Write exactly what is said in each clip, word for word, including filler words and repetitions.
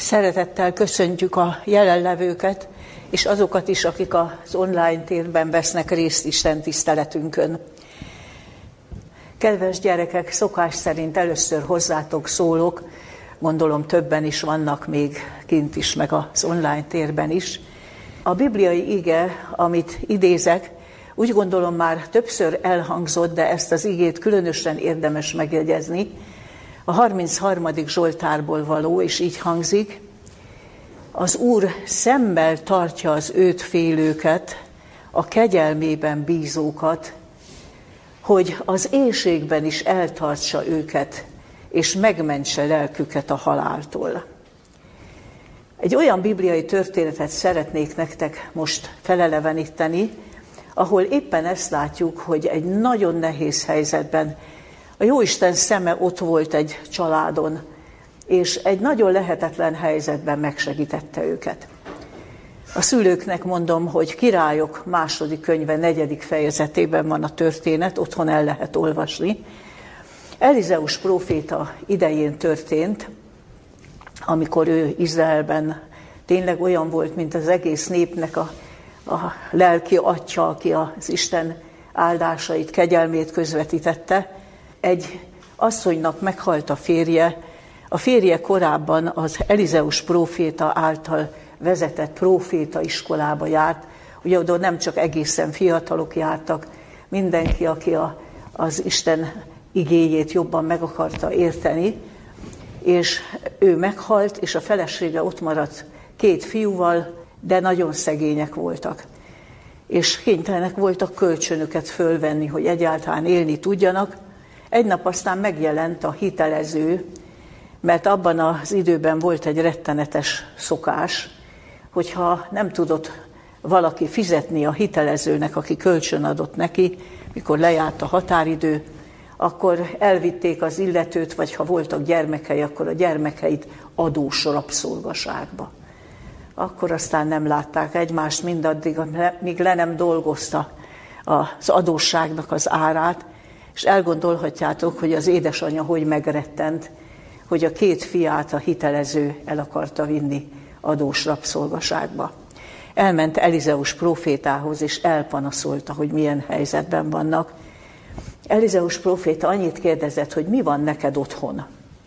Szeretettel köszöntjük a jelenlevőket, és azokat is, akik az online térben vesznek részt Isten tiszteletünkön. Kedves gyerekek, szokás szerint először hozzátok szólok, gondolom többen is vannak még kint is, meg az online térben is. A bibliai ige, amit idézek, úgy gondolom már többször elhangzott, de ezt az igét különösen érdemes megjegyezni. A harmincharmadik Zsoltárból való, és így hangzik: az Úr szemmel tartja az őt félőket, a kegyelmében bízókat, hogy az éhségben is eltartsa őket, és megmentse lelküket a haláltól. Egy olyan bibliai történetet szeretnék nektek most feleleveníteni, ahol éppen ezt látjuk, hogy egy nagyon nehéz helyzetben a Jóisten szeme ott volt egy családon, és egy nagyon lehetetlen helyzetben megsegítette őket. A szülőknek mondom, hogy Királyok második könyve negyedik fejezetében van a történet, otthon el lehet olvasni. Elizeus próféta idején történt, amikor ő Izraelben tényleg olyan volt, mint az egész népnek a, a lelki atya, aki az Isten áldásait, kegyelmét közvetítette. Egy asszonynak meghalt a férje, a férje korábban az Elizeus próféta által vezetett próféta iskolába járt, ugye oda nem csak egészen fiatalok jártak, mindenki, aki a, az Isten igéjét jobban meg akarta érteni, és ő meghalt, és a felesége ott maradt két fiúval, de nagyon szegények voltak. És kénytelenek voltak kölcsönöket fölvenni, hogy egyáltalán élni tudjanak. Egy nap aztán megjelent a hitelező, mert abban az időben volt egy rettenetes szokás, hogyha nem tudott valaki fizetni a hitelezőnek, aki kölcsön adott neki, mikor lejárt a határidő, akkor elvitték az illetőt, vagy ha voltak gyermekei, akkor a gyermekeit adós rabszolgaságba. Akkor aztán nem látták egymást mindaddig, míg le nem dolgozta az adósságnak az árát, és elgondolhatjátok, hogy az édesanyja hogy megrettent, hogy a két fiát a hitelező el akarta vinni adós rabszolgaságba. Elment Elizeus prófétához, és elpanaszolta, hogy milyen helyzetben vannak. Elizeus próféta annyit kérdezett, hogy mi van neked otthon.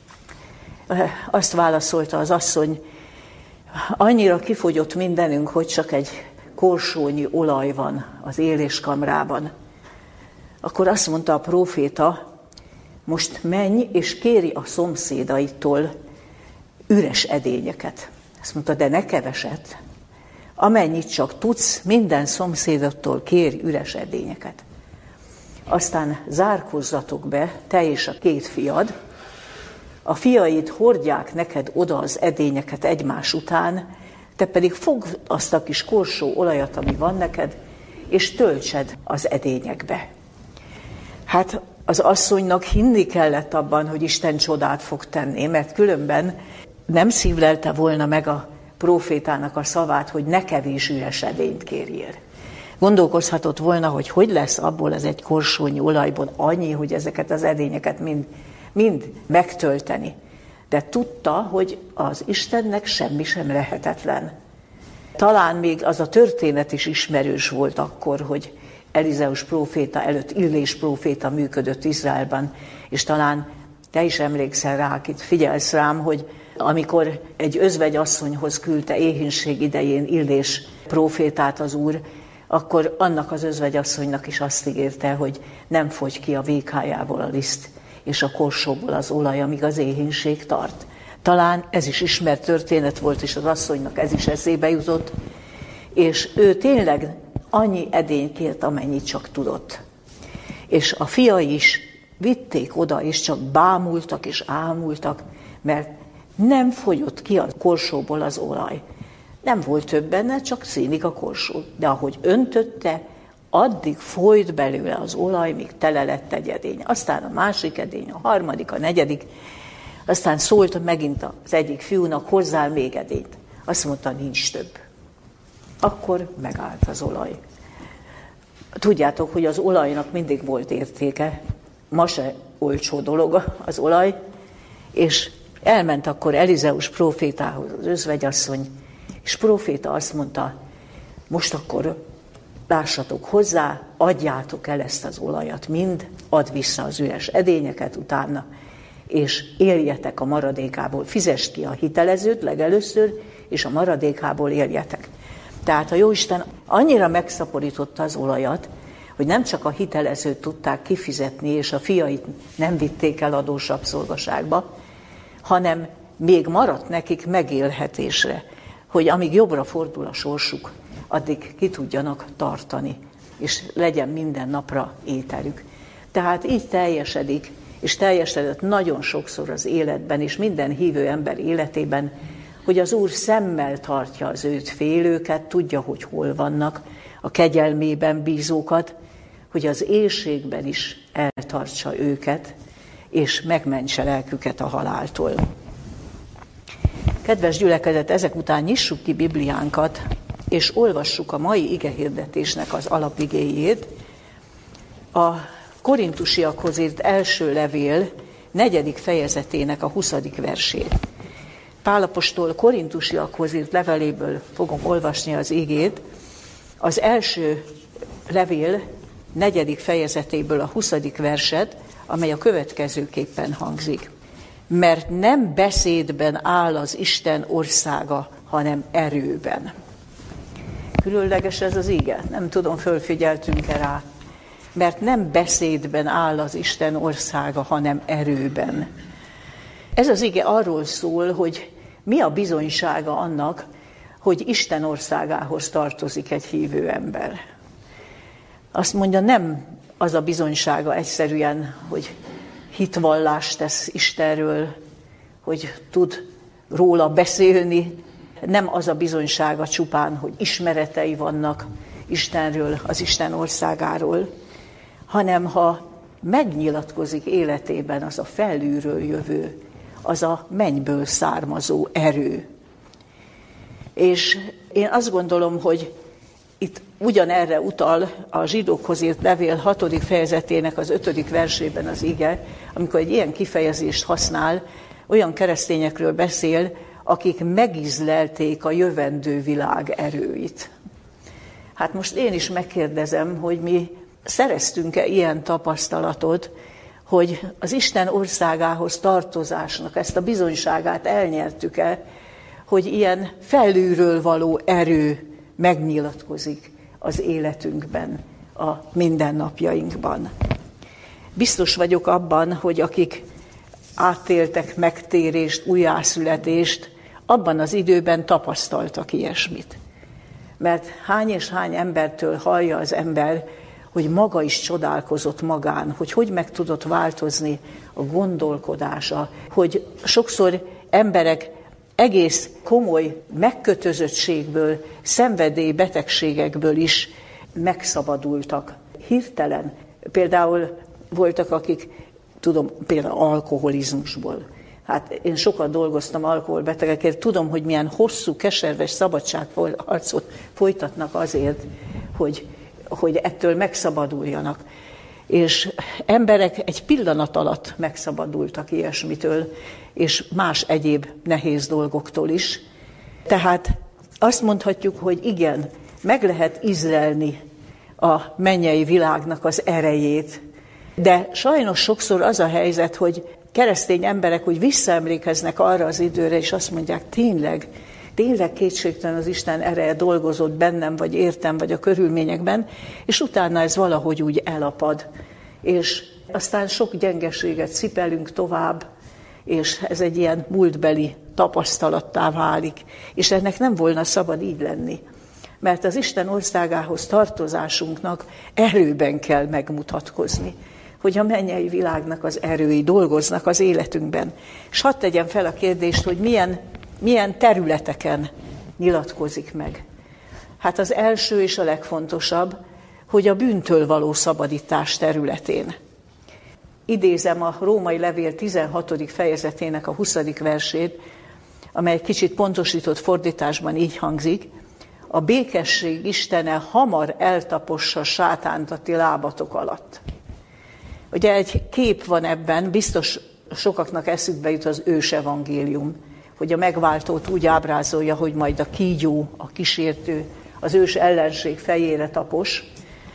Azt válaszolta az asszony, annyira kifogyott mindenünk, hogy csak egy korsónyi olaj van az éléskamrában. Akkor azt mondta a próféta, most menj és kéri a szomszédaitól üres edényeket. Azt mondta, de ne keveset. Amennyit csak tudsz, minden szomszédodtól kérj üres edényeket. Aztán zárkozzatok be, te és a két fiad, a fiaid hordják neked oda az edényeket egymás után, te pedig fogd azt a kis korsó olajat, ami van neked, és töltsed az edényekbe. Hát az asszonynak hinni kellett abban, hogy Isten csodát fog tenni, mert különben nem szívlelte volna meg a prófétának a szavát, hogy ne kevés üres edényt kérjél. Gondolkozhatott volna, hogy hogy lesz abból az egy korsónyi olajból annyi, hogy ezeket az edényeket mind, mind megtölteni. De tudta, hogy az Istennek semmi sem lehetetlen. Talán még az a történet is ismerős volt akkor, hogy Elizeus próféta előtt Illés próféta működött Izraelben, és talán te is emlékszel rá, akit figyelsz rám, hogy amikor egy özvegyasszonyhoz küldte éhínség idején Illés prófétát az Úr, akkor annak az özvegyasszonynak is azt ígérte, hogy nem fogy ki a vékájából a liszt, és a korsóból az olaj, amíg az éhínség tart. Talán ez is ismert történet volt, és az asszonynak ez is eszébe jutott, és ő tényleg annyi edényt kért, amennyit csak tudott. És a fiai is vitték oda, és csak bámultak és ámultak, mert nem fogyott ki a korsóból az olaj. Nem volt több benne, csak színig a korsó. De ahogy öntötte, addig folyt belőle az olaj, míg tele lett egy edény. Aztán a másik edény, a harmadik, a negyedik. Aztán szólt megint az egyik fiúnak, hozzál még edényt. Azt mondta, nincs több. Akkor megállt az olaj. Tudjátok, hogy az olajnak mindig volt értéke. Ma se olcsó dolog az olaj, és Elment akkor Elizeus prófétához az özvegyasszony, és próféta azt mondta, most akkor lássatok hozzá, adjátok el ezt az olajat mind, add vissza az üres edényeket utána, és éljetek a maradékából. Fizesd ki a hitelezőt legelőször, és a maradékából éljetek. Tehát a Jóisten annyira megszaporította az olajat, hogy nem csak a hitelezőt tudták kifizetni, és a fiait nem vitték el adósabb szolgaságba, hanem még maradt nekik megélhetésre, hogy amíg jobbra fordul a sorsuk, addig ki tudjanak tartani, és legyen minden napra ételük. Tehát így teljesedik, és teljesedett nagyon sokszor az életben, és minden hívő ember életében, hogy az Úr szemmel tartja az őt félőket, tudja, hogy hol vannak, a kegyelmében bízókat, hogy az éhségben is eltartsa őket, és megmentse lelküket a haláltól. Kedves gyülekezet, ezek után nyissuk ki Bibliánkat, és olvassuk a mai igehirdetésnek az alapigéjét. A Korintusiakhoz írt első levél negyedik fejezetének a huszadik versét. Pál apostol Korintusiakhoz írt leveléből fogom olvasni az igét. Az első levél negyedik fejezetéből a huszadik verset, amely a következőképpen hangzik. Mert nem beszédben áll az Isten országa, hanem erőben. Különleges ez az ige, nem tudom, fölfigyeltünk-e rá. Mert nem beszédben áll az Isten országa, hanem erőben. Ez az ige arról szól, hogy mi a bizonysága annak, hogy Isten országához tartozik egy hívő ember. Azt mondja, nem az a bizonysága egyszerűen, hogy hitvallást tesz Istenről, hogy tud róla beszélni, nem az a bizonysága csupán, hogy ismeretei vannak Istenről, az Isten országáról, hanem ha megnyilatkozik életében az a felülről jövő, az a mennyből származó erő. És én azt gondolom, hogy itt ugyanerre utal a zsidókhoz írt levél hatodik fejezetének az ötödik versében az ige, amikor egy ilyen kifejezést használ, olyan keresztényekről beszél, akik megízlelték a jövendő világ erőit. Hát most én is megkérdezem, hogy mi szereztünk-e ilyen tapasztalatot, hogy az Isten országához tartozásnak ezt a bizonyságát elnyertük-e, hogy ilyen felülről való erő megnyilatkozik az életünkben, a mindennapjainkban. Biztos vagyok abban, hogy akik átéltek megtérést, újjászületést, abban az időben tapasztaltak ilyesmit. Mert hány és hány embertől hallja az ember, hogy maga is csodálkozott magán, hogy hogy meg tudott változni a gondolkodása, hogy sokszor emberek egész komoly megkötözöttségből, szenvedélybetegségekből is megszabadultak. Hirtelen. Például voltak, akik, tudom, például alkoholizmusból. Hát én sokat dolgoztam alkoholbetegekért, tudom, hogy milyen hosszú, keserves szabadságharcot folytatnak azért, hogy, hogy ettől megszabaduljanak. És emberek egy pillanat alatt megszabadultak ilyesmitől, és más egyéb nehéz dolgoktól is. Tehát azt mondhatjuk, hogy igen, meg lehet ízlelni a mennyei világnak az erejét, de sajnos sokszor az a helyzet, hogy keresztény emberek úgy visszaemlékeznek arra az időre, és azt mondják, tényleg, tényleg kétségtelen az Isten ereje dolgozott bennem, vagy értem, vagy a körülményekben, és utána ez valahogy úgy elapad. És aztán sok gyengeséget cipelünk tovább, és ez egy ilyen múltbeli tapasztalattá válik, és ennek nem volna szabad így lenni. Mert az Isten országához tartozásunknak erőben kell megmutatkozni, hogy a mennyei világnak az erői dolgoznak az életünkben. És hadd tegyem fel a kérdést, hogy milyen, milyen területeken nyilatkozik meg. Hát az első és a legfontosabb, hogy a bűntől való szabadítás területén. Idézem a római levél tizenhatodik fejezetének a huszadik versét, amely kicsit pontosított fordításban így hangzik, a békesség Istene hamar eltapossa sátánt a ti lábatok alatt. Ugye egy kép van ebben, biztos sokaknak eszükbe jut az ős evangélium, hogy a megváltót úgy ábrázolja, hogy majd a kígyó, a kísértő, az ős ellenség fejére tapos.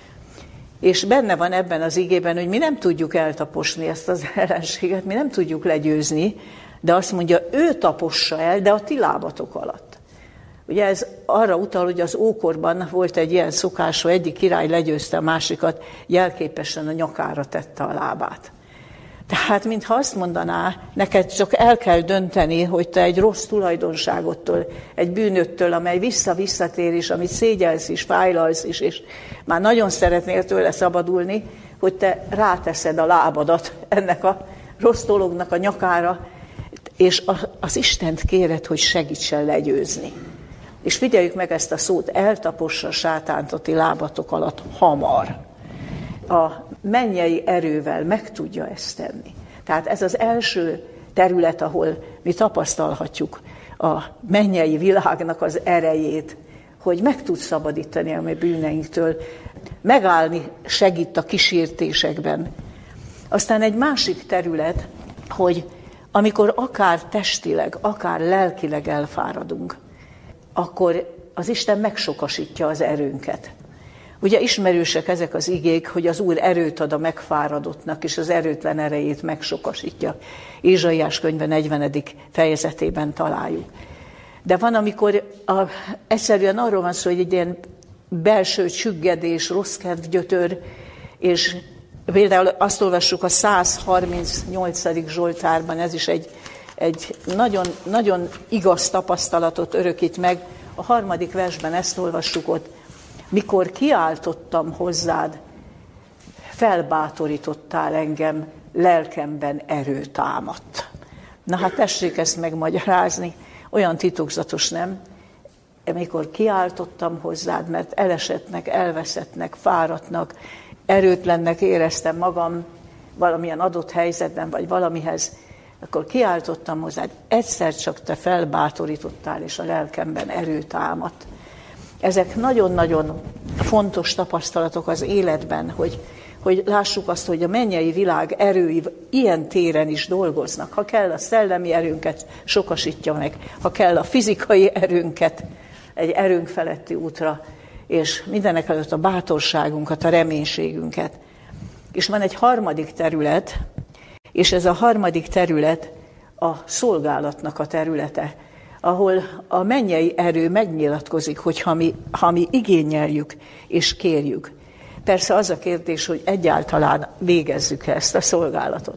És benne van ebben az igében, hogy mi nem tudjuk eltaposni ezt az ellenséget, mi nem tudjuk legyőzni, de azt mondja, ő tapossa el, de a ti lábatok alatt. Ugye ez arra utal, hogy az ókorban volt egy ilyen szokás, hogy egyik király legyőzte a másikat, jelképesen a nyakára tette a lábát. Tehát, mintha azt mondaná, neked csak el kell dönteni, hogy te egy rossz tulajdonságottól, egy bűnöttől, amely vissza-visszatér is, amit szégyelsz is, fájlalsz is, és már nagyon szeretnél tőle szabadulni, hogy te ráteszed a lábadat ennek a rossz dolognak a nyakára, és az Istent kéred, hogy segítsen legyőzni. És figyeljük meg ezt a szót, eltapossa sátánt a ti lábatok alatt hamar. A mennyei erővel meg tudja ezt tenni. Tehát ez az első terület, ahol mi tapasztalhatjuk a mennyei világnak az erejét, hogy meg tud szabadítani a mi bűneinktől, megállni segít a kísértésekben. Aztán egy másik terület, hogy amikor akár testileg, akár lelkileg elfáradunk, akkor az Isten megsokasítja az erőnket. Ugye ismerősek ezek az igék, hogy az Úr erőt ad a megfáradottnak, és az erőtlen erejét megsokasítja. Ézsaiás könyve negyvenedik fejezetében találjuk. De van, amikor a, egyszerűen arról van szó, hogy egy ilyen belső csüggedés, rossz kedv gyötör, és például azt olvassuk a száz harmincnyolcadik Zsoltárban, ez is egy, egy nagyon, nagyon igaz tapasztalatot örökít meg. A harmadik versben ezt olvassuk ott, mikor kiáltottam hozzád, felbátorítottál engem, lelkemben erő támadt. Na hát tessék ezt megmagyarázni, olyan titokzatos nem, amikor kiáltottam hozzád, mert elesettnek, elveszettnek, fáradtnak, erőtlennek éreztem magam valamilyen adott helyzetben, vagy valamihez, akkor kiáltottam hozzád, egyszer csak te felbátorítottál, és a lelkemben erő támadt. Ezek nagyon-nagyon fontos tapasztalatok az életben, hogy, hogy lássuk azt, hogy a mennyei világ erői ilyen téren is dolgoznak. Ha kell, a szellemi erőnket sokasítja meg, ha kell, a fizikai erőnket egy erőnk feletti útra, és mindenek előtt a bátorságunkat, a reménységünket. És van egy harmadik terület, és ez a harmadik terület a szolgálatnak a területe, ahol a mennyei erő megnyilatkozik, hogy ha mi, ha mi igényeljük és kérjük. Persze az a kérdés, hogy egyáltalán végezzük ezt a szolgálatot.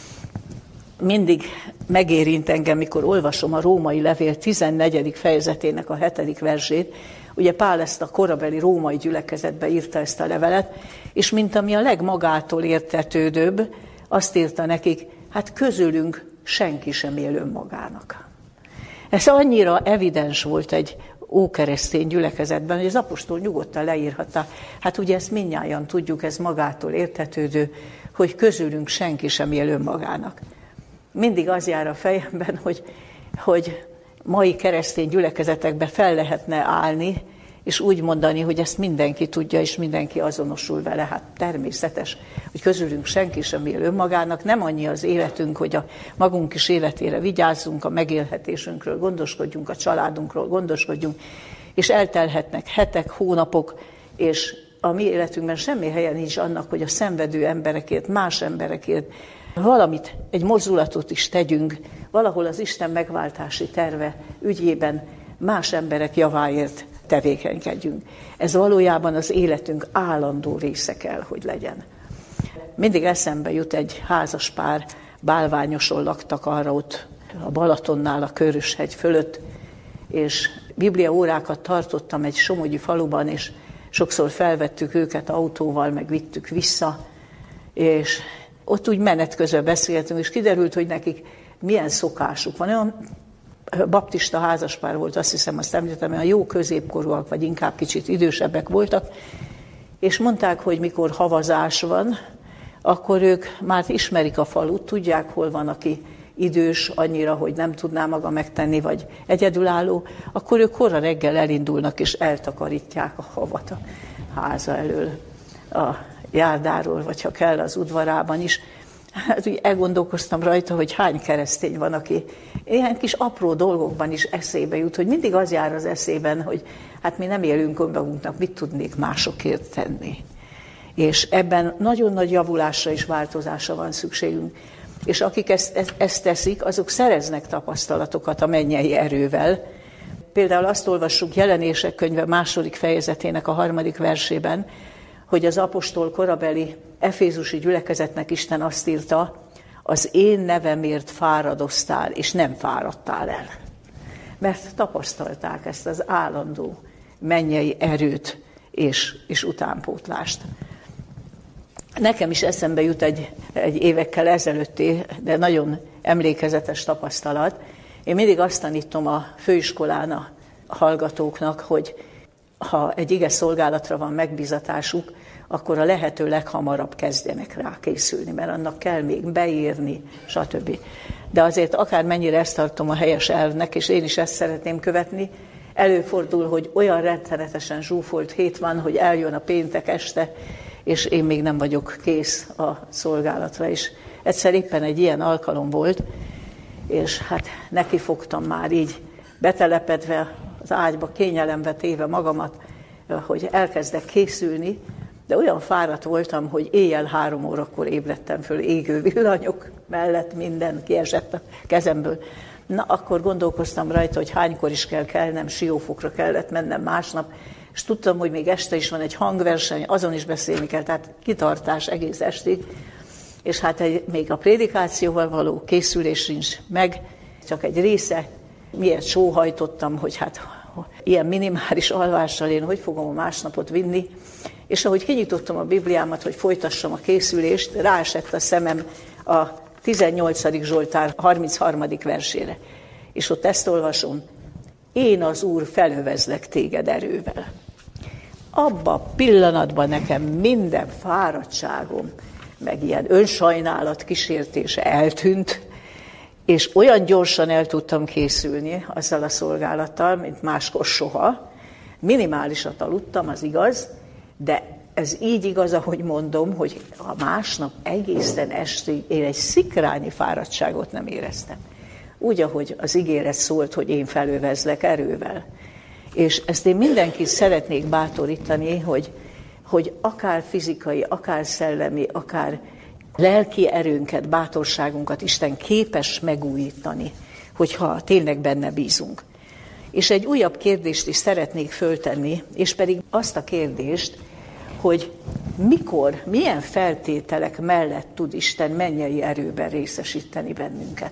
Mindig megérint engem, mikor olvasom a római levél tizennegyedik fejezetének a hetedik versét. Ugye Pál ezt a korabeli római gyülekezetbe írta ezt a levelet, és mint ami a legmagától értetődőbb, azt írta nekik, hát közülünk senki sem él önmagának. Ez annyira evidens volt egy ókeresztény gyülekezetben, hogy az apostol nyugodtan leírhatta. Hát ugye ezt mindnyájan tudjuk, ez magától értetődő, hogy közülünk senki sem él önmagának. Mindig az jár a fejemben, hogy, hogy mai keresztény gyülekezetekbe fel lehetne állni, és úgy mondani, hogy ezt mindenki tudja, és mindenki azonosul vele. Hát természetes, hogy közülünk senki sem él önmagának, nem annyi az életünk, hogy a magunk is életére vigyázzunk, a megélhetésünkről gondoskodjunk, a családunkról gondoskodjunk, és eltelhetnek hetek, hónapok, és a mi életünkben semmi helye nincs annak, hogy a szenvedő emberekért, más emberekért valamit, egy mozdulatot is tegyünk, valahol az Isten megváltási terve ügyében más emberek javáért tevékenykedjünk. Ez valójában az életünk állandó része kell, hogy legyen. Mindig eszembe jut egy házaspár, bálványoson laktak arra ott a Balatonnál, a Köröshegy fölött, és bibliaórákat tartottam egy somogyi faluban, és sokszor felvettük őket autóval, meg vittük vissza, és ott úgy menet közben beszéltünk, és kiderült, hogy nekik milyen szokásuk van. Olyan baptista házaspár volt, azt hiszem, azt említettem, olyan jó középkorúak, vagy inkább kicsit idősebbek voltak, és mondták, hogy mikor havazás van, akkor ők már ismerik a falut, tudják, hol van, aki idős annyira, hogy nem tudná maga megtenni, vagy egyedülálló, akkor ők korra reggel elindulnak, és eltakarítják a havat a háza elől, a járdáról, vagy ha kell az udvarában is. hát úgy elgondolkoztam rajta, hogy hány keresztény van, aki ilyen kis apró dolgokban is eszébe jut, hogy mindig az jár az eszében, hogy hát mi nem élünk önmagunknak, mit tudnék másokért tenni. És ebben nagyon nagy javulásra és változásra van szükségünk. És akik ezt, ezt teszik, azok szereznek tapasztalatokat a mennyei erővel. Például azt olvassuk Jelenések könyve második fejezetének a harmadik versében, hogy az apostol korabeli efézusi gyülekezetnek Isten azt írta, az én nevemért fáradoztál, és nem fáradtál el. Mert tapasztalták ezt az állandó mennyei erőt és, és utánpótlást. Nekem is eszembe jut egy, egy évekkel ezelőtti, de nagyon emlékezetes tapasztalat. Én mindig azt tanítom a főiskolán a hallgatóknak, hogy ha egy ige szolgálatra van megbízatásuk, akkor a lehető leghamarabb kezdjenek rá készülni, mert annak kell még beírni, stb. De azért akármennyire ezt tartom a helyes elvnek, és én is ezt szeretném követni, előfordul, hogy olyan rettenetesen zsúfolt hét van, hogy eljön a péntek este, és én még nem vagyok kész a szolgálatra. És egyszer éppen egy ilyen alkalom volt, és hát neki fogtam már így betelepedve, az ágyba kényelembe téve magamat, hogy elkezdek készülni, de olyan fáradt voltam, hogy éjjel három órakor ébredtem föl égő villanyok mellett, minden kiesett a kezemből. Na, akkor gondolkoztam rajta, hogy hánykor is kell kelnem, Siófokra kellett mennem másnap, és tudtam, hogy még este is van egy hangverseny, azon is beszélni kell, tehát kitartás egész estig, és hát egy, még a prédikációval való készülés sincs meg, csak egy része, miért sóhajtottam, hogy hát ilyen minimális alvással én hogy fogom a másnapot vinni, és ahogy kinyitottam a Bibliámat, hogy folytassam a készülést, ráesett a szemem a tizennyolcadik Zsoltár harmincharmadik versére. És ott ezt olvasom, én az Úr felövezlek téged erővel. Abba a pillanatban nekem minden fáradtságom, meg ilyen önsajnálat kísértése eltűnt, és olyan gyorsan el tudtam készülni azzal a szolgálattal, mint máskor soha. Minimálisat aludtam, az igaz, de ez így igaz, ahogy mondom, hogy a másnap egészen estig én egy szikrányi fáradtságot nem éreztem. Úgy, ahogy az ígéret szólt, hogy én felövezlek erővel. És ezt én mindenkit szeretnék bátorítani, hogy, hogy akár fizikai, akár szellemi, akár lelki erőnket, bátorságunkat Isten képes megújítani, hogyha tényleg benne bízunk. És egy újabb kérdést is szeretnék föltenni, és pedig azt a kérdést, hogy mikor, milyen feltételek mellett tud Isten mennyei erőben részesíteni bennünket.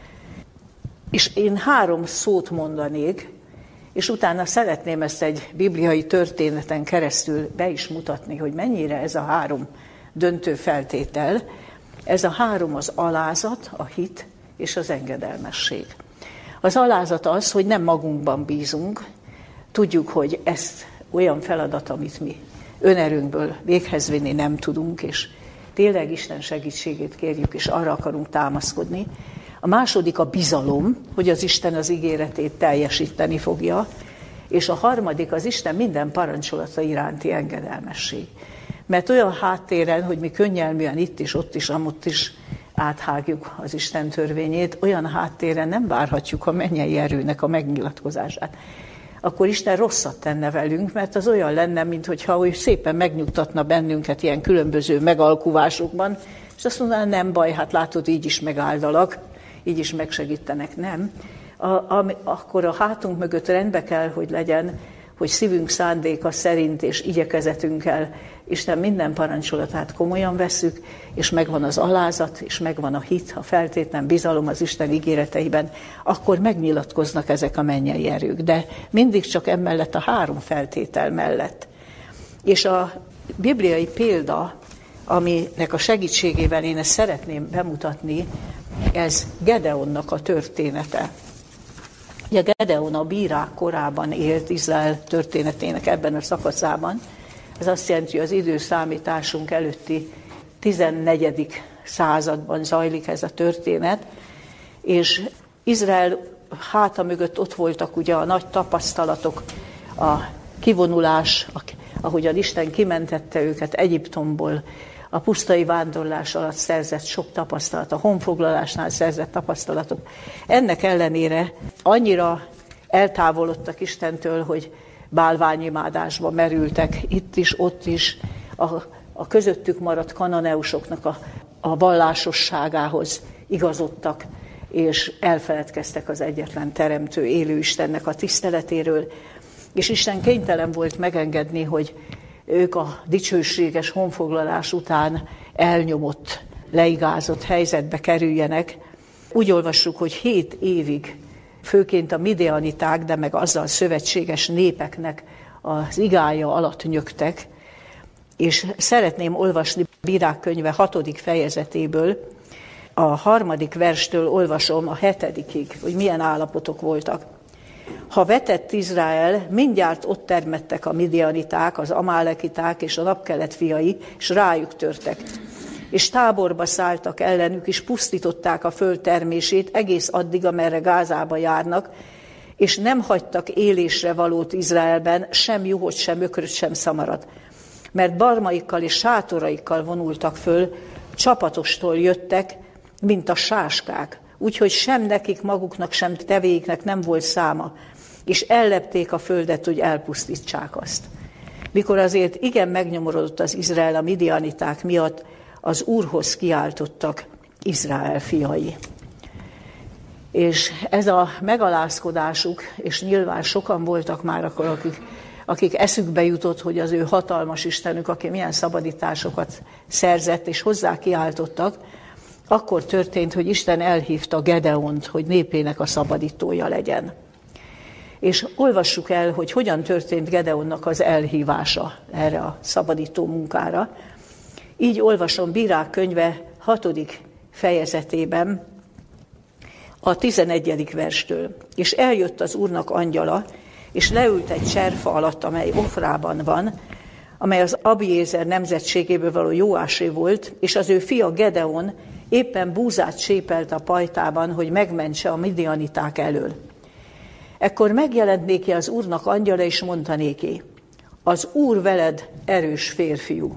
És én három szót mondanék, és utána szeretném ezt egy bibliai történeten keresztül be is mutatni, hogy mennyire ez a három döntő feltétel. Ez a három az alázat, a hit és az engedelmesség. Az alázat az, hogy nem magunkban bízunk, tudjuk, hogy ezt olyan feladat, amit mi önerőnkből véghez vinni nem tudunk, és tényleg Isten segítségét kérjük, és arra akarunk támaszkodni. A második a bizalom, hogy az Isten az ígéretét teljesíteni fogja, és a harmadik az Isten minden parancsolata iránti engedelmesség. Mert olyan háttéren, hogy mi könnyelműen itt is, ott is, amott is áthágjuk az Isten törvényét, olyan háttéren nem várhatjuk a mennyei erőnek a megnyilatkozását. Akkor Isten rosszat tenne velünk, mert az olyan lenne, mintha úgy szépen megnyugtatna bennünket ilyen különböző megalkuvásokban, és azt mondaná, nem baj, hát látod, így is megáldalak, így is megsegítenek, nem. A, a, akkor a hátunk mögött rendbe kell, hogy legyen, hogy szívünk szándéka szerint és igyekezetünkkel Isten minden parancsolatát komolyan vesszük, és megvan az alázat, és megvan a hit, a feltétlen bizalom az Isten ígéreteiben, akkor megnyilatkoznak ezek a mennyei erők. De mindig csak emellett a három feltétel mellett. És a bibliai példa, aminek a segítségével én ezt szeretném bemutatni, ez Gedeonnak a története. Ugye Gedeon a bírák korában élt Izrael történetének ebben a szakaszában. Ez azt jelenti, hogy az időszámításunk előtti tizennegyedik században zajlik ez a történet, és Izrael háta mögött ott voltak ugye a nagy tapasztalatok, a kivonulás, ahogyan Isten kimentette őket Egyiptomból, a pusztai vándorlás alatt szerzett sok tapasztalat, a honfoglalásnál szerzett tapasztalatok. Ennek ellenére annyira eltávolodtak Istentől, hogy bálványimádásba merültek itt is, ott is, a, a közöttük maradt kananeusoknak a, a vallásosságához igazodtak, és elfeledkeztek az egyetlen teremtő élő Istennek a tiszteletéről, és Isten kénytelen volt megengedni, hogy ők a dicsőséges honfoglalás után elnyomott, leigázott helyzetbe kerüljenek. Úgy olvassuk, hogy hét évig, főként a midianiták, de meg azzal szövetséges népeknek az igája alatt nyögtek, és szeretném olvasni Bírák könyve hatodik fejezetéből, a harmadik verstől olvasom a hetedikig, hogy milyen állapotok voltak. Ha vetett Izrael, mindjárt ott termettek a midianiták, az amálekiták és a napkelet fiai, és rájuk törtek. És táborba szálltak ellenük, és pusztították a föld termését egész addig, amerre Gázába járnak, és nem hagytak élésre valót Izraelben, sem juhot, sem ökröt, sem szamarat. Mert barmaikkal és sátoraikkal vonultak föl, csapatostól jöttek, mint a sáskák, úgyhogy sem nekik maguknak, sem tevéiknek nem volt száma, és ellepték a földet, hogy elpusztítsák azt. Mikor azért igen megnyomorodott az Izrael a midianiták miatt, az Úrhoz kiáltottak Izrael fiai. És ez a megalázkodásuk, és nyilván sokan voltak már akkor, akik, akik eszükbe jutott, hogy az ő hatalmas Istenük, aki milyen szabadításokat szerzett, és hozzá kiáltottak, akkor történt, hogy Isten elhívta Gedeont, hogy népének a szabadítója legyen. És olvassuk el, hogy hogyan történt Gedeonnak az elhívása erre a szabadító munkára. Így olvasom Bírák könyve hatodik fejezetében a tizenegyedik verstől. És eljött az Úrnak angyala, és leült egy cserfa alatt, amely Ofrában van, amely az Abiézer nemzetségéből való Jóásé volt, és az ő fia Gedeon éppen búzát sépelt a pajtában, hogy megmentse a midianiták elől. Ekkor megjelent néki az Úrnak angyala, és mondta néki, az Úr veled, erős férfiú.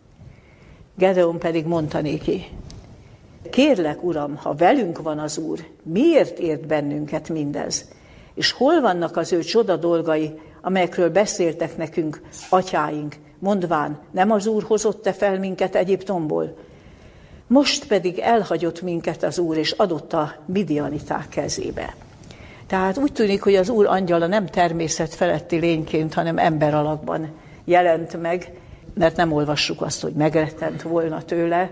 Gedeon pedig mondta néki, kérlek, Uram, ha velünk van az Úr, miért ért bennünket mindez? És hol vannak az ő csoda dolgai, amelyekről beszéltek nekünk atyáink, mondván, nem az Úr hozott-e fel minket Egyiptomból? Most pedig elhagyott minket az Úr, és adott a midianiták kezébe. Tehát úgy tűnik, hogy az Úr angyala nem természet feletti lényként, hanem ember alakban jelent meg, mert nem olvassuk azt, hogy megrettent volna tőle,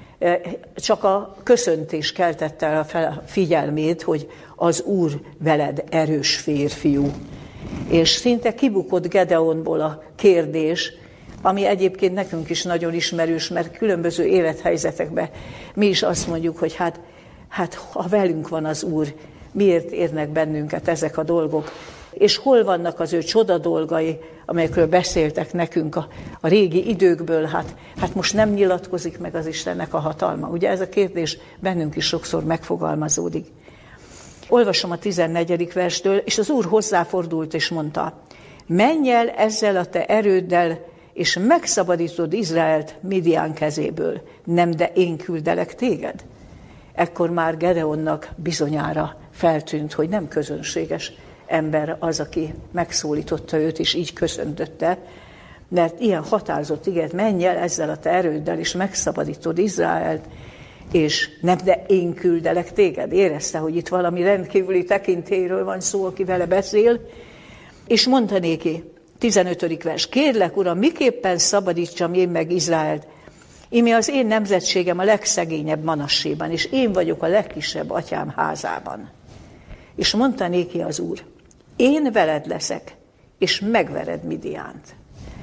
csak a köszöntés keltette el a figyelmét, hogy az Úr veled, erős férfiú. És szinte kibukott Gedeonból a kérdés, ami egyébként nekünk is nagyon ismerős, mert különböző élethelyzetekben mi is azt mondjuk, hogy hát, hát ha velünk van az Úr, miért érnek bennünket ezek a dolgok, és hol vannak az ő csoda dolgai, amelyekről beszéltek nekünk a, a régi időkből, hát, hát most nem nyilatkozik meg az Istennek a hatalma. Ugye ez a kérdés bennünk is sokszor megfogalmazódik. Olvasom a tizennegyedik verstől, és az Úr hozzáfordult és mondta, menj el ezzel a te erőddel, és megszabadítod Izraelt Midian kezéből, nem de én küldelek téged. Ekkor már Gedeonnak bizonyára feltűnt, hogy nem közönséges ember az, aki megszólította őt, és így köszöntötte, mert ilyen határozott igét, menj el ezzel a te erőddel, és megszabadítod Izraelt, és nem de én küldelek téged. Érezte, hogy itt valami rendkívüli tekintélyről van szó, aki vele beszél, és mondta néki, tizenötödik vers, kérlek, Uram, miképpen szabadítsam én meg Izraelt? Imi az én nemzetségem a legszegényebb Manasséban, és én vagyok a legkisebb atyám házában. És mondta néki az Úr, én veled leszek, és megvered Midiánt.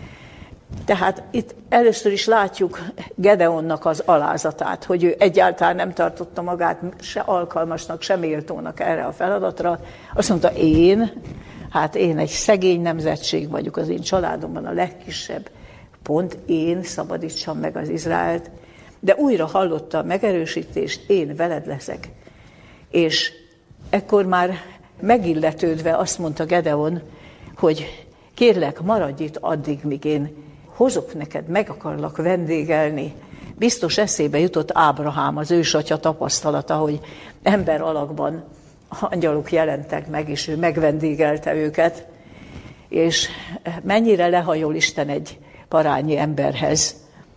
Tehát itt először is látjuk Gedeonnak az alázatát, hogy ő egyáltalán nem tartotta magát se alkalmasnak, se méltónak erre a feladatra. Azt mondta, én, hát én egy szegény nemzetség vagyok, az én családomban a legkisebb, pont én szabadítsam meg az Izraelt, de újra hallotta a megerősítést, én veled leszek. És ekkor már megilletődve azt mondta Gedeon, hogy kérlek, maradj itt addig, míg én hozok neked, meg akarlak vendégelni biztos eszébe jutott Ábrahám, az ősatya tapasztalata, hogy ember alakban angyalok jelentek meg, és ő megvendégelte őket, és mennyire lehajol Isten egy parányi emberhez.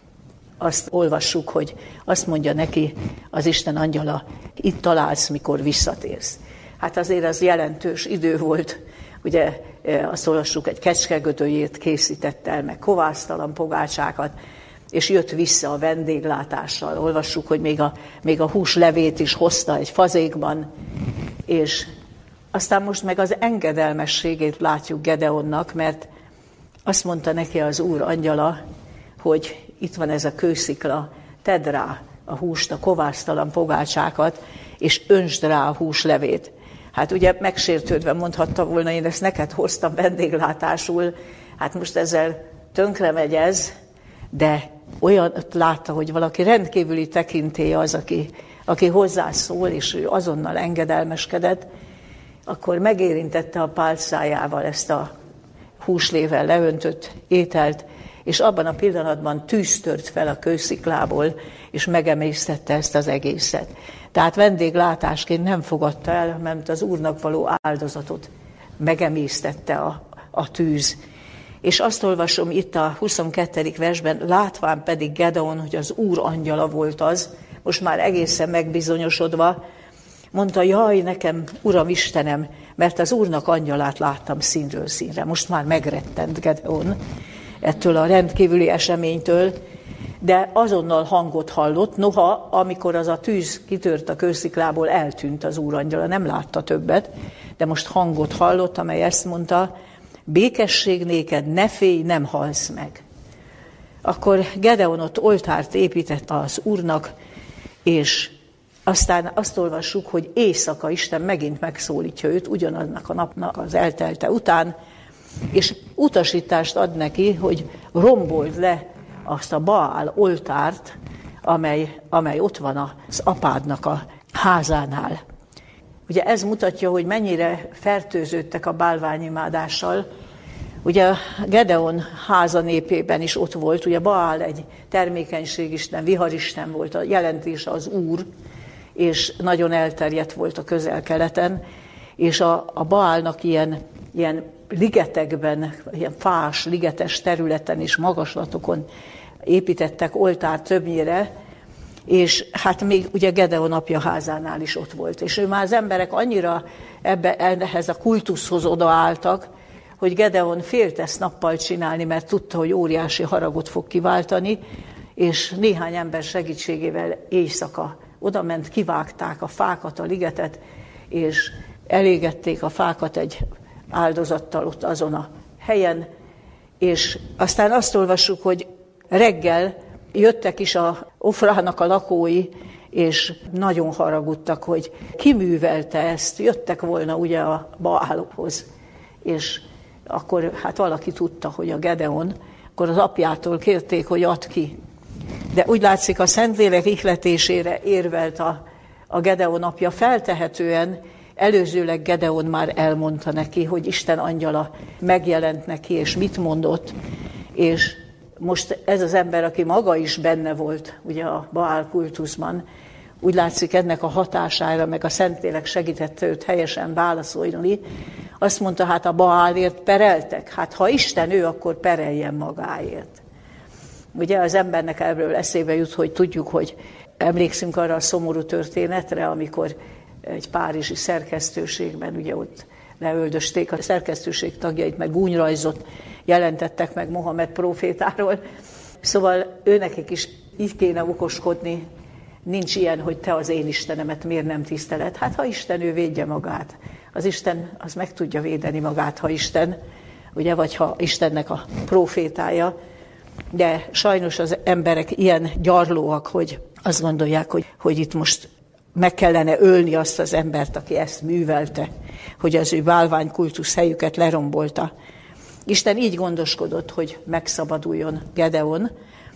Azt olvassuk, hogy azt mondja neki az Isten angyala, itt találsz, mikor visszatérsz. Hát azért az jelentős idő volt, ugye azt olvassuk, egy kecskegödöjét készített el, meg kovásztalan pogácsákat, és jött vissza a vendéglátással. Olvassuk, hogy még a, még a húslevét is hozta egy fazékban, és aztán most meg az engedelmességét látjuk Gedeonnak, mert azt mondta neki az Úr angyala, hogy itt van ez a kőszikla, tedd rá a húst, a kovásztalan pogácsákat, és öntsd rá a húslevét. Hát ugye megsértődve mondhatta volna, én ezt neked hoztam vendéglátásul, hát most ezzel tönkre megy ez, de olyan látta, hogy valaki rendkívüli tekintélye az, aki, aki hozzászól, és ő azonnal engedelmeskedett, akkor megérintette a pálcájával ezt a húslével leöntött ételt, és abban a pillanatban tűz tört fel a kősziklából, és megemésztette ezt az egészet. Tehát vendéglátásként nem fogadta el, mert az Úrnak való áldozatot megemésztette a, a tűz. És azt olvasom itt a huszonkettedik versben, látván pedig Gedeon, hogy az Úr angyala volt az, most már egészen megbizonyosodva, mondta, jaj, nekem, Uram Istenem, mert az Úrnak angyalát láttam színről színre. Most már megrettent Gedeon ettől a rendkívüli eseménytől, de azonnal hangot hallott, noha amikor az a tűz kitört a kősziklából, eltűnt az Úr angyala, nem látta többet, de most hangot hallott, amely ezt mondta, békesség néked, ne félj, nem halsz meg. Akkor Gedeon ott oltárt épített az Úrnak, és aztán azt olvassuk, hogy éjszaka Isten megint megszólítja őt, ugyanannak a napnak az eltelte után, és utasítást ad neki, hogy rombold le azt a Baál oltárt, amely, amely ott van az apádnak a házánál. Ugye ez mutatja, hogy mennyire fertőződtek a bálványimádással. Ugye Gedeon háza népében is ott volt, ugye Baál egy termékenységisten, viharisten volt, a jelentése az Úr, és nagyon elterjedt volt a Közel-Keleten, és a, a Baálnak ilyen, ilyen ligetekben, ilyen fás, ligetes területen és magaslatokon építettek oltárt többnyire, és hát még ugye Gedeon apja házánál is ott volt. És ő már az emberek annyira ebbe, ehhez a kultuszhoz odaálltak, hogy Gedeon félt ezt nappal csinálni, mert tudta, hogy óriási haragot fog kiváltani, és néhány ember segítségével éjszaka oda ment, kivágták a fákat, a ligetet, és elégették a fákat egy áldozattal ott azon a helyen, és aztán azt olvassuk, hogy reggel jöttek is a Ofrának a lakói, és nagyon haragudtak, hogy ki művelte ezt, jöttek volna ugye a Baálokhoz, és akkor hát valaki tudta, hogy a Gedeon, akkor az apjától kérték, hogy add ki. De úgy látszik, a Szentlélek ihletésére érvelt a, a Gedeon apja, feltehetően előzőleg Gedeon már elmondta neki, hogy Isten angyala megjelent neki, és mit mondott, és most ez az ember, aki maga is benne volt ugye a Baál kultuszban, úgy látszik ennek a hatására, meg a Szentlélek segítette őt helyesen válaszolni, azt mondta, hát a Baálért pereltek, hát ha Isten ő, akkor pereljen magáért. Ugye az embernek ebből eszébe jut, hogy tudjuk, hogy emlékszünk arra a szomorú történetre, amikor egy párizsi szerkesztőségben, ugye ott leöldösték a szerkesztőség tagjait, meg gúnyrajzot jelentettek meg Mohamed prófétáról. Szóval őnekik is így kéne okoskodni, nincs ilyen, hogy te az én Istenemet miért nem tiszteled. Hát ha Isten, ő védje magát. Az Isten, az meg tudja védeni magát, ha Isten, ugye, vagy ha Istennek a prófétája. De sajnos az emberek ilyen gyarlóak, hogy azt gondolják, hogy, hogy itt most meg kellene ölni azt az embert, aki ezt művelte, hogy az ő bálványkultusz helyüket lerombolta. Isten így gondoskodott, hogy megszabaduljon Gedeon,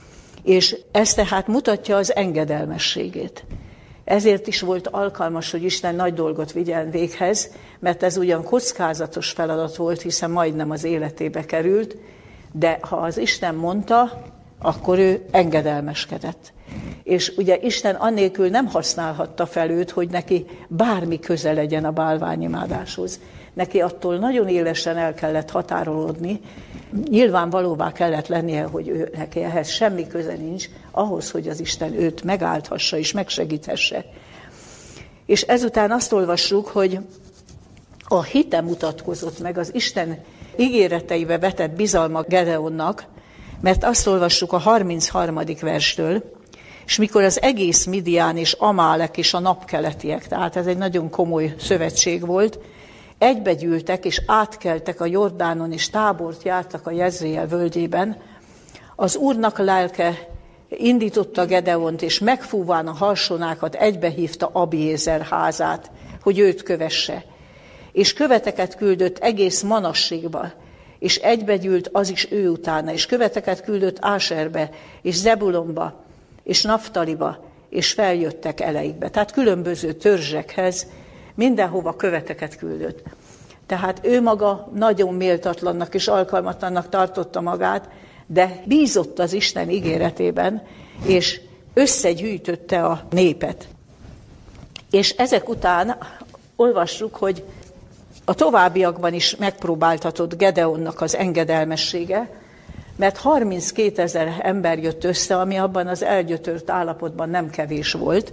és ez tehát mutatja az engedelmességét. Ezért is volt alkalmas, hogy Isten nagy dolgot vigyen véghez, mert ez ugyan kockázatos feladat volt, hiszen majdnem az életébe került, de ha az Isten mondta, akkor ő engedelmeskedett. És ugye Isten annélkül nem használhatta fel őt, hogy neki bármi köze legyen a bálványimádáshoz. Neki attól nagyon élesen el kellett határolódni, nyilvánvalóvá kellett lennie, hogy ő, neki ehhez semmi köze nincs, ahhoz, hogy az Isten őt megáldhassa és megsegíthesse. És ezután azt olvassuk, hogy a hite mutatkozott meg, az Isten ígéreteibe vetett bizalma Gedeonnak, mert azt olvassuk a harmincharmadik verstől, és mikor az egész Midián és Amálek és a napkeletiek, tehát ez egy nagyon komoly szövetség volt, egybegyűltek és átkeltek a Jordánon, és tábort jártak a Jezreel völgyében, az Úrnak lelke indította Gedeont, és megfúván a harsonákat egybehívta Abiézer házát, hogy őt kövesse. És követeket küldött egész Manasségba, és egybegyűlt az is ő utána, és követeket küldött Áserbe, és Zebulonba, és Naftaliba, és feljöttek eleikbe. Tehát különböző törzsekhez mindenhova követeket küldött. Tehát ő maga nagyon méltatlannak és alkalmatlannak tartotta magát, de bízott az Isten ígéretében, és összegyűjtötte a népet. És ezek után olvassuk, hogy a továbbiakban is megpróbáltatott Gedeonnak az engedelmessége, mert harminckétezer ember jött össze, ami abban az elgyötört állapotban nem kevés volt,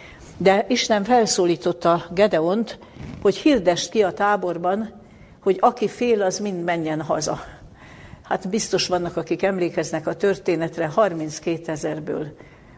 de Isten felszólította Gedeont, hogy hirdesd ki a táborban, hogy aki fél, az mind menjen haza. Hát biztos vannak, akik emlékeznek a történetre, harminckétezerből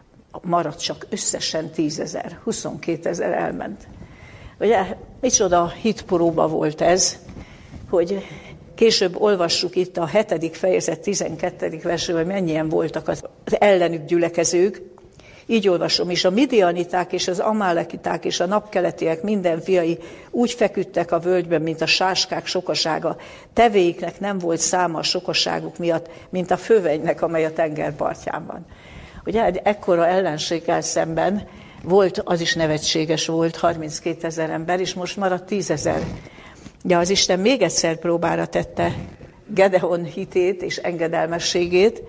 maradt csak összesen tízezer, huszonkétezer elment. Ugye, micsoda hitpróba volt ez, hogy később olvassuk itt a hetedik fejezet tizenkettedik versében, hogy mennyien voltak az ellenük gyülekezők. Így olvasom, és a midianiták és az amálekiták és a napkeletiek minden fiai úgy feküdtek a völgyben, mint a sáskák sokasága. Tevéiknek nem volt száma a sokaságuk miatt, mint a fővenynek, amely a tengerpartján van. Ugye egy ekkora ellenséggel szemben volt, az is nevetséges volt, harminckétezer ember, és most maradt tízezer. De az Isten még egyszer próbára tette Gedeon hitét és engedelmességét,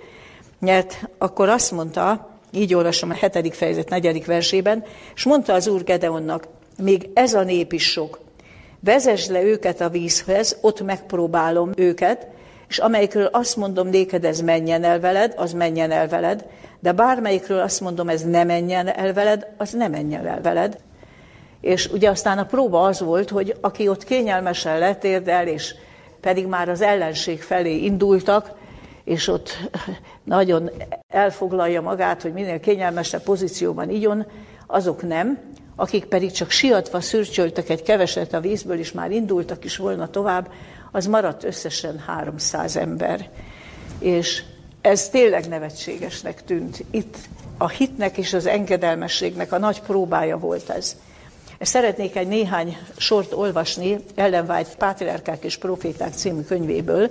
mert akkor azt mondta, így olvasom a hetedik fejezet negyedik versében, és mondta az Úr Gedeonnak, még ez a nép is sok. Vezesd le őket a vízhez, ott megpróbálom őket, és amelyikről azt mondom néked, ez menjen el veled, az menjen el veled, de bármelyikről azt mondom, ez ne menjen el veled, az ne menjen el veled. És ugye aztán a próba az volt, hogy aki ott kényelmesen letérdel, és pedig már az ellenség felé indultak, és ott nagyon elfoglalja magát, hogy minél kényelmesebb pozícióban igyon, azok nem, akik pedig csak siatva szürcsöltek egy keveset a vízből, és már indultak is volna tovább, az maradt összesen háromszáz ember. És ez tényleg nevetségesnek tűnt. Itt a hitnek és az engedelmességnek a nagy próbája volt ez. Szeretnék egy néhány sort olvasni Ellen White Pátriárkák és Proféták című könyvéből,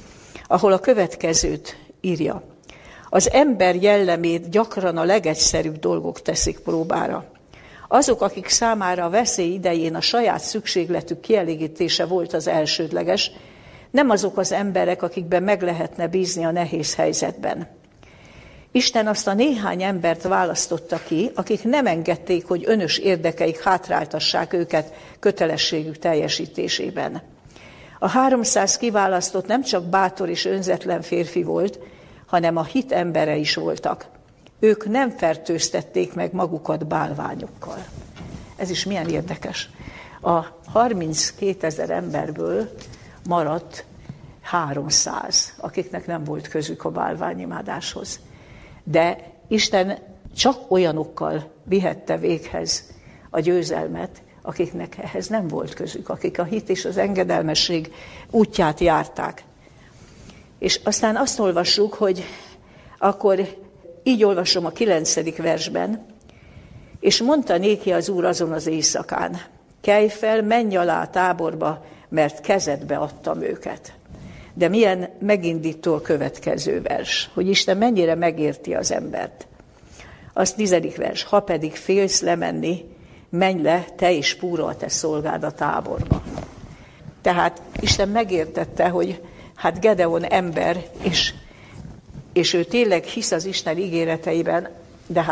ahol a következőt írja. Az ember jellemét gyakran a legegyszerűbb dolgok teszik próbára. Azok, akik számára a veszély idején a saját szükségletük kielégítése volt az elsődleges, nem azok az emberek, akikben meg lehetne bízni a nehéz helyzetben. Isten azt a néhány embert választotta ki, akik nem engedték, hogy önös érdekeik hátráltassák őket kötelességük teljesítésében. A háromszáz kiválasztott nem csak bátor és önzetlen férfi volt, hanem a hit embere is voltak. Ők nem fertőztették meg magukat bálványokkal. Ez is milyen érdekes. A harminckétezer emberből maradt háromszáz, akiknek nem volt közük a bálványimádáshoz. De Isten csak olyanokkal vihette véghez a győzelmet, akiknek ehhez nem volt közük, akik a hit és az engedelmesség útját járták. És aztán azt olvassuk, hogy akkor így olvasom a kilencedik versben, és mondta néki az Úr azon az éjszakán, kelj fel, menj alá a táborba, mert kezedbe adtam őket. De milyen megindító a következő vers, hogy Isten mennyire megérti az embert. Az tizedik vers, ha pedig félsz lemenni, menj le, te és Púra a te szolgád a táborba. Tehát Isten megértette, hogy hát Gedeon ember, és, és ő tényleg hisz az Isten ígéreteiben, de hát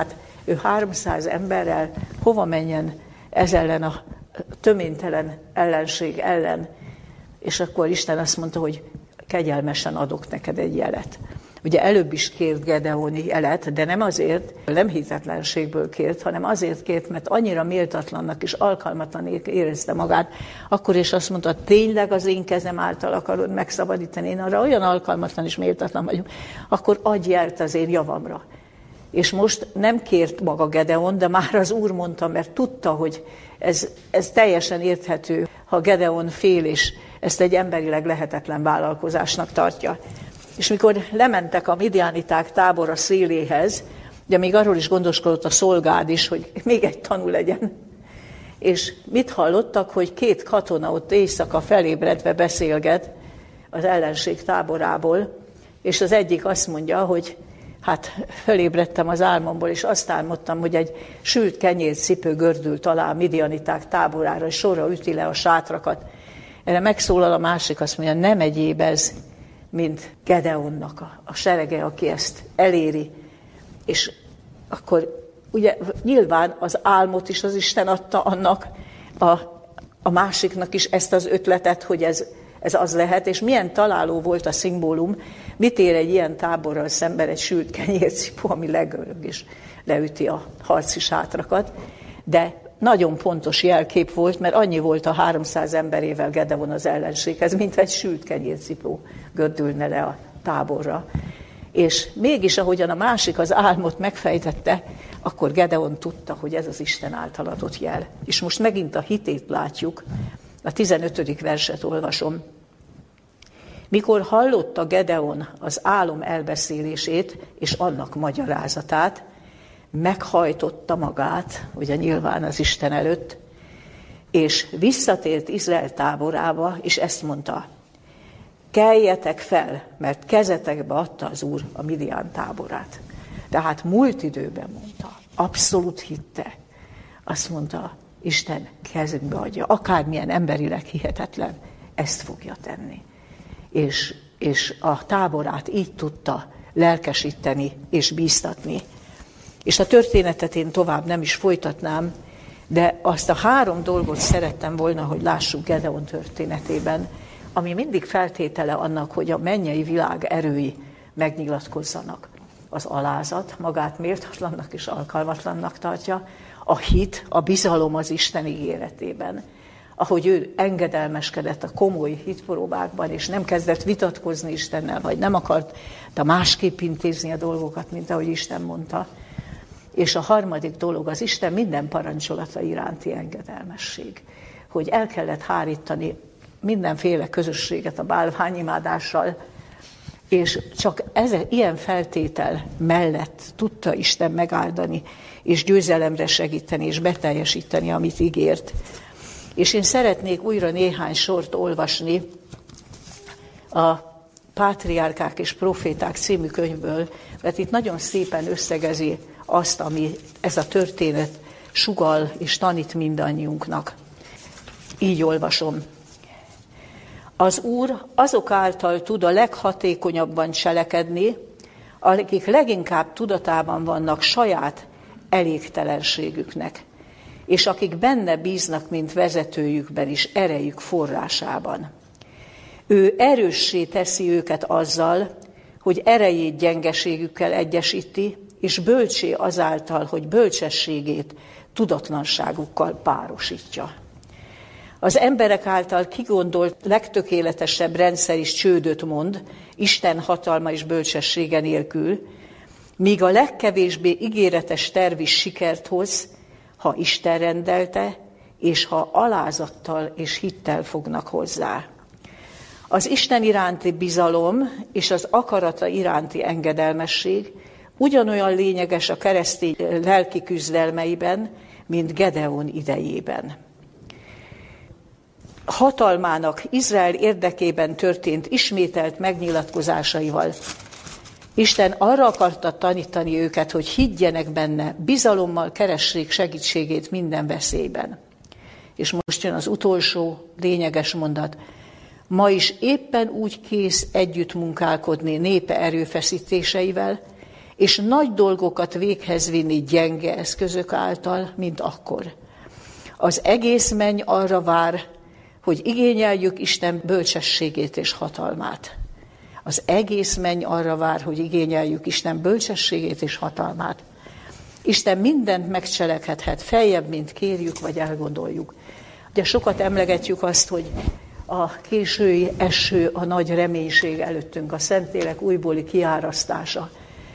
ő háromszáz emberrel hova menjen ez ellen a töménytelen ellenség ellen. És akkor Isten azt mondta, hogy kegyelmesen adok neked egy jelet. Ugye előbb is kért Gedeoni jelet, de nem azért, nem hitetlenségből kért, hanem azért kért, mert annyira méltatlannak és alkalmatlanak érezte magát. Akkor is azt mondta, tényleg az én kezem által akarod megszabadítani, én arra olyan alkalmatlan és méltatlan vagyok, akkor adj jelt az én javamra. És most nem kért maga Gedeon, de már az Úr mondta, mert tudta, hogy ez, ez teljesen érthető, ha Gedeon fél, és ezt egy emberileg lehetetlen vállalkozásnak tartja. És mikor lementek a midianiták tábora széléhez, ugye még arról is gondoskodott a szolgád is, hogy még egy tanú legyen. És mit hallottak, hogy két katona ott éjszaka felébredve beszélget az ellenség táborából, és az egyik azt mondja, hogy hát felébredtem az álmomból, és azt álmodtam, hogy egy sült kenyércipő gördült alá a midianiták táborára, és sorra üti le a sátrakat. Erre megszólal a másik, azt mondja, nem egyéb ez, mint Gedeonnak a, a serege, aki ezt eléri. És akkor ugye nyilván az álmot is az Isten adta annak, a, a másiknak is ezt az ötletet, hogy ez, ez az lehet, és milyen találó volt a szimbólum, mit ér egy ilyen táborral szemben egy sült kenyércipő, ami legörög és leüti a harci sátrakat, de nagyon pontos jelkép volt, mert annyi volt a háromszáz emberével Gedeon az ellenséghez, mint egy sült kenyércipő gördülne le a táborra. És mégis, ahogyan a másik az álmot megfejtette, akkor Gedeon tudta, hogy ez az Isten által adott jel. És most megint a hitét látjuk, a tizenötödik verset olvasom. Mikor hallotta Gedeon az álom elbeszélését és annak magyarázatát, meghajtotta magát, ugye nyilván az Isten előtt, és visszatért Izrael táborába, és ezt mondta, keljetek fel, mert kezetekbe adta az Úr a Midian táborát. Tehát múlt időben mondta, abszolút hitte. Azt mondta, Isten kezünkbe adja, akármilyen emberileg hihetetlen, ezt fogja tenni. És, és a táborát így tudta lelkesíteni és bíztatni. És a történetet én tovább nem is folytatnám, de azt a három dolgot szerettem volna, hogy lássuk Gedeon történetében, ami mindig feltétele annak, hogy a mennyei világ erői megnyilatkozzanak. Az alázat magát méltatlannak és alkalmatlannak tartja, a hit, a bizalom az Isten ígéretében. Ahogy ő engedelmeskedett a komoly hitpróbákban, és nem kezdett vitatkozni Istennel, vagy nem akart de másképp intézni a dolgokat, mint ahogy Isten mondta. És a harmadik dolog az Isten minden parancsolata iránti engedelmesség. Hogy el kellett hárítani mindenféle közösséget a bálványimádással, és csak ez, ilyen feltétel mellett tudta Isten megáldani, és győzelemre segíteni, és beteljesíteni, amit ígért. És én szeretnék újra néhány sort olvasni a Pátriárkák és Proféták című könyvből, mert itt nagyon szépen összegezi azt, ami ez a történet sugall és tanít mindannyiunknak. Így olvasom. Az Úr azok által tud a leghatékonyabban cselekedni, akik leginkább tudatában vannak saját elégtelenségüknek, és akik benne bíznak, mint vezetőjükben is, erejük forrásában. Ő erőssé teszi őket azzal, hogy erejét gyengeségükkel egyesíti, és bölcsé azáltal, hogy bölcsességét tudatlanságukkal párosítja. Az emberek által kigondolt legtökéletesebb rendszer is csődöt mond, Isten hatalma és bölcsessége nélkül, míg a legkevésbé ígéretes terv is sikert hoz, ha Isten rendelte, és ha alázattal és hittel fognak hozzá. Az Isten iránti bizalom és az akarata iránti engedelmesség ugyanolyan lényeges a keresztény lelki küzdelmeiben, mint Gedeon idejében. Hatalmának Izrael érdekében történt ismételt megnyilatkozásaival Isten arra akarta tanítani őket, hogy higgyenek benne, bizalommal keressék segítségét minden veszélyben. És most jön az utolsó lényeges mondat. Ma is éppen úgy kész együtt munkálkodni népe erőfeszítéseivel, és nagy dolgokat véghez vinni gyenge eszközök által, mint akkor. Az egész menny arra vár, hogy igényeljük Isten bölcsességét és hatalmát. Az egész menny arra vár, hogy igényeljük Isten bölcsességét és hatalmát. Isten mindent megcselekedhet, feljebb, mint kérjük vagy elgondoljuk. Ugye sokat emlegetjük azt, hogy a késői eső a nagy reménység előttünk, a Szentlélek újbóli kiárasztása.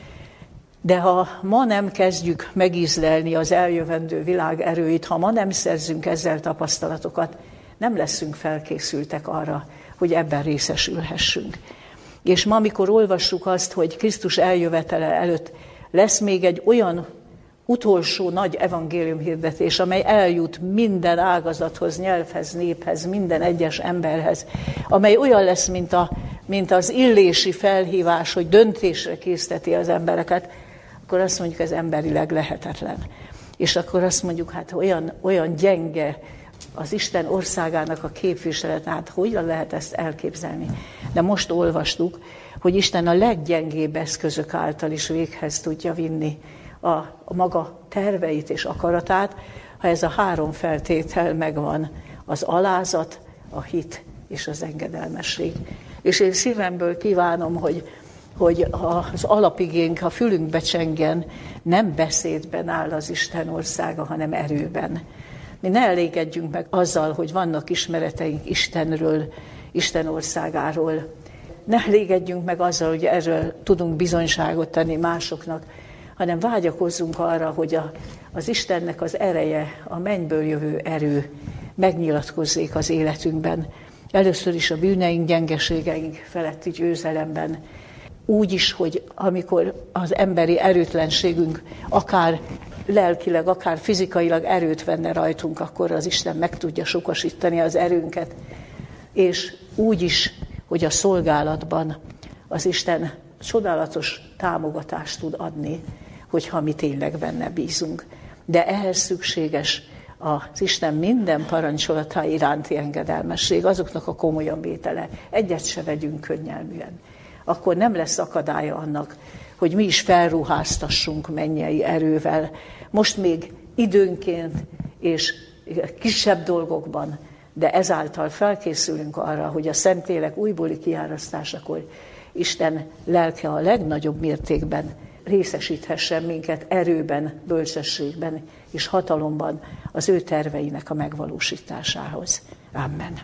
De ha ma nem kezdjük megízlelni az eljövendő világ erőit, ha ma nem szerzünk ezzel tapasztalatokat, nem leszünk felkészültek arra, hogy ebben részesülhessünk. És ma, amikor olvassuk azt, hogy Krisztus eljövetele előtt lesz még egy olyan utolsó nagy evangéliumhirdetés, amely eljut minden ágazathoz, nyelvhez, néphez, minden egyes emberhez, amely olyan lesz, mint, a, mint az illési felhívás, hogy döntésre készteti az embereket, akkor azt mondjuk, ez emberileg lehetetlen. És akkor azt mondjuk, hát olyan, olyan gyenge az Isten országának a képviselet, hát hogyan lehet ezt elképzelni? De most olvastuk, hogy Isten a leggyengébb eszközök által is véghez tudja vinni a, a maga terveit és akaratát, ha ez a három feltétel megvan, az alázat, a hit és az engedelmesség. És én szívemből kívánom, hogy, hogy az alapigénk a fülünkbe csengen, nem beszédben áll az Isten országa, hanem erőben. Mi ne elégedjünk meg azzal, hogy vannak ismereteink Istenről, Isten országáról. Ne elégedjünk meg azzal, hogy erről tudunk bizonyságot tenni másoknak, hanem vágyakozzunk arra, hogy a, az Istennek az ereje, a mennyből jövő erő megnyilatkozzék az életünkben. Először is a bűneink, gyengeségeink feletti győzelemben. Úgy is, hogy amikor az emberi erőtlenségünk akár lelkileg, akár fizikailag erőt venne rajtunk, akkor az Isten meg tudja sokasítani az erőnket. És úgy is, hogy a szolgálatban az Isten csodálatos támogatást tud adni, hogyha mi tényleg benne bízunk. De ehhez szükséges az Isten minden parancsolata iránti engedelmesség, azoknak a komolyan vétele. Egyet se vegyünk könnyelműen. Akkor nem lesz akadálya annak, hogy mi is felruháztassunk mennyei erővel. Most még időnként és kisebb dolgokban, de ezáltal felkészülünk arra, hogy a Szentlélek újbóli kiárasztásakor Isten lelke a legnagyobb mértékben részesíthessen minket erőben, bölcsességben és hatalomban az ő terveinek a megvalósításához. Amen.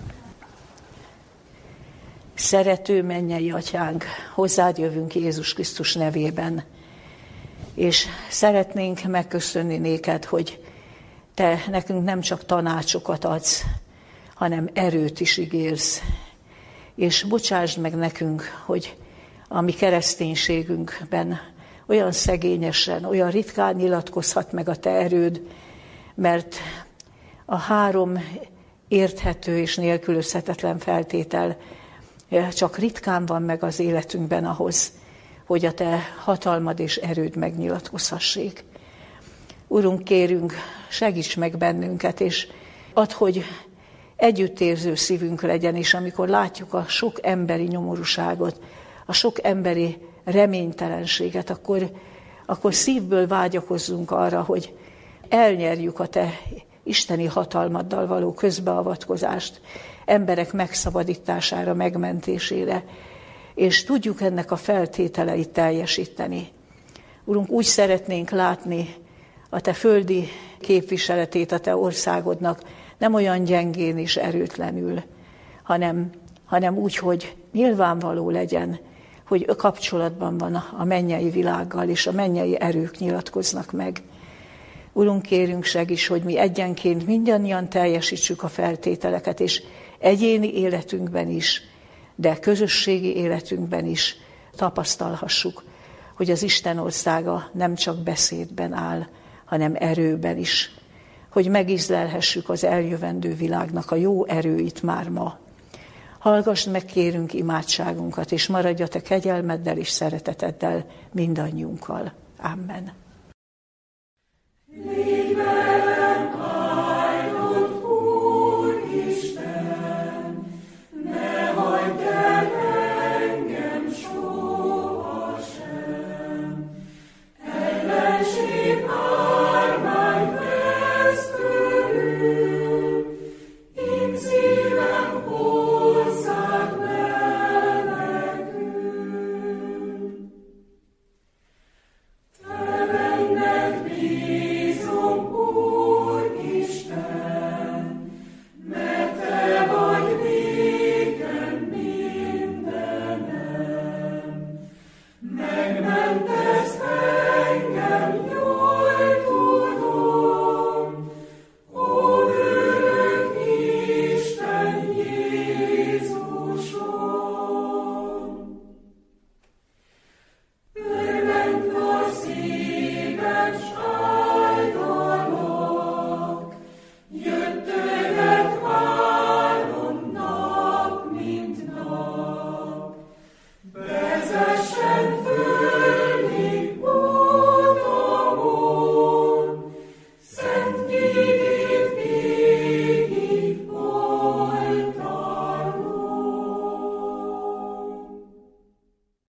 Szerető mennyei Atyánk, hozzád jövünk Jézus Krisztus nevében, és szeretnénk megköszönni néked, hogy te nekünk nem csak tanácsokat adsz, hanem erőt is ígérsz. És bocsásd meg nekünk, hogy a mi kereszténységünkben olyan szegényesen, olyan ritkán nyilatkozhat meg a te erőd, mert a három érthető és nélkülözhetetlen feltétel csak ritkán van meg az életünkben ahhoz, hogy a te hatalmad és erőd megnyilatkozhassék. Urunk, kérünk, segíts meg bennünket, és add, hogy együttérző szívünk legyen, és amikor látjuk a sok emberi nyomorúságot, a sok emberi reménytelenséget, akkor, akkor szívből vágyakozzunk arra, hogy elnyerjük a te isteni hatalmaddal való közbeavatkozást, emberek megszabadítására, megmentésére, és tudjuk ennek a feltételeit teljesíteni. Urunk, úgy szeretnénk látni a te földi képviseletét a te országodnak, nem olyan gyengén és erőtlenül, hanem, hanem úgy, hogy nyilvánvaló legyen, hogy kapcsolatban van a mennyei világgal, és a mennyei erők nyilatkoznak meg. Urunk, kérünk, segíts, hogy mi egyenként mindannyian teljesítsük a feltételeket, és egyéni életünkben is, de közösségi életünkben is tapasztalhassuk, hogy az Isten országa nem csak beszédben áll, hanem erőben is, hogy megízlelhessük az eljövendő világnak a jó erőit már ma. Hallgassd meg, kérünk, imádságunkat, és maradj a te kegyelmeddel és szereteteddel mindannyiunkkal. Amen.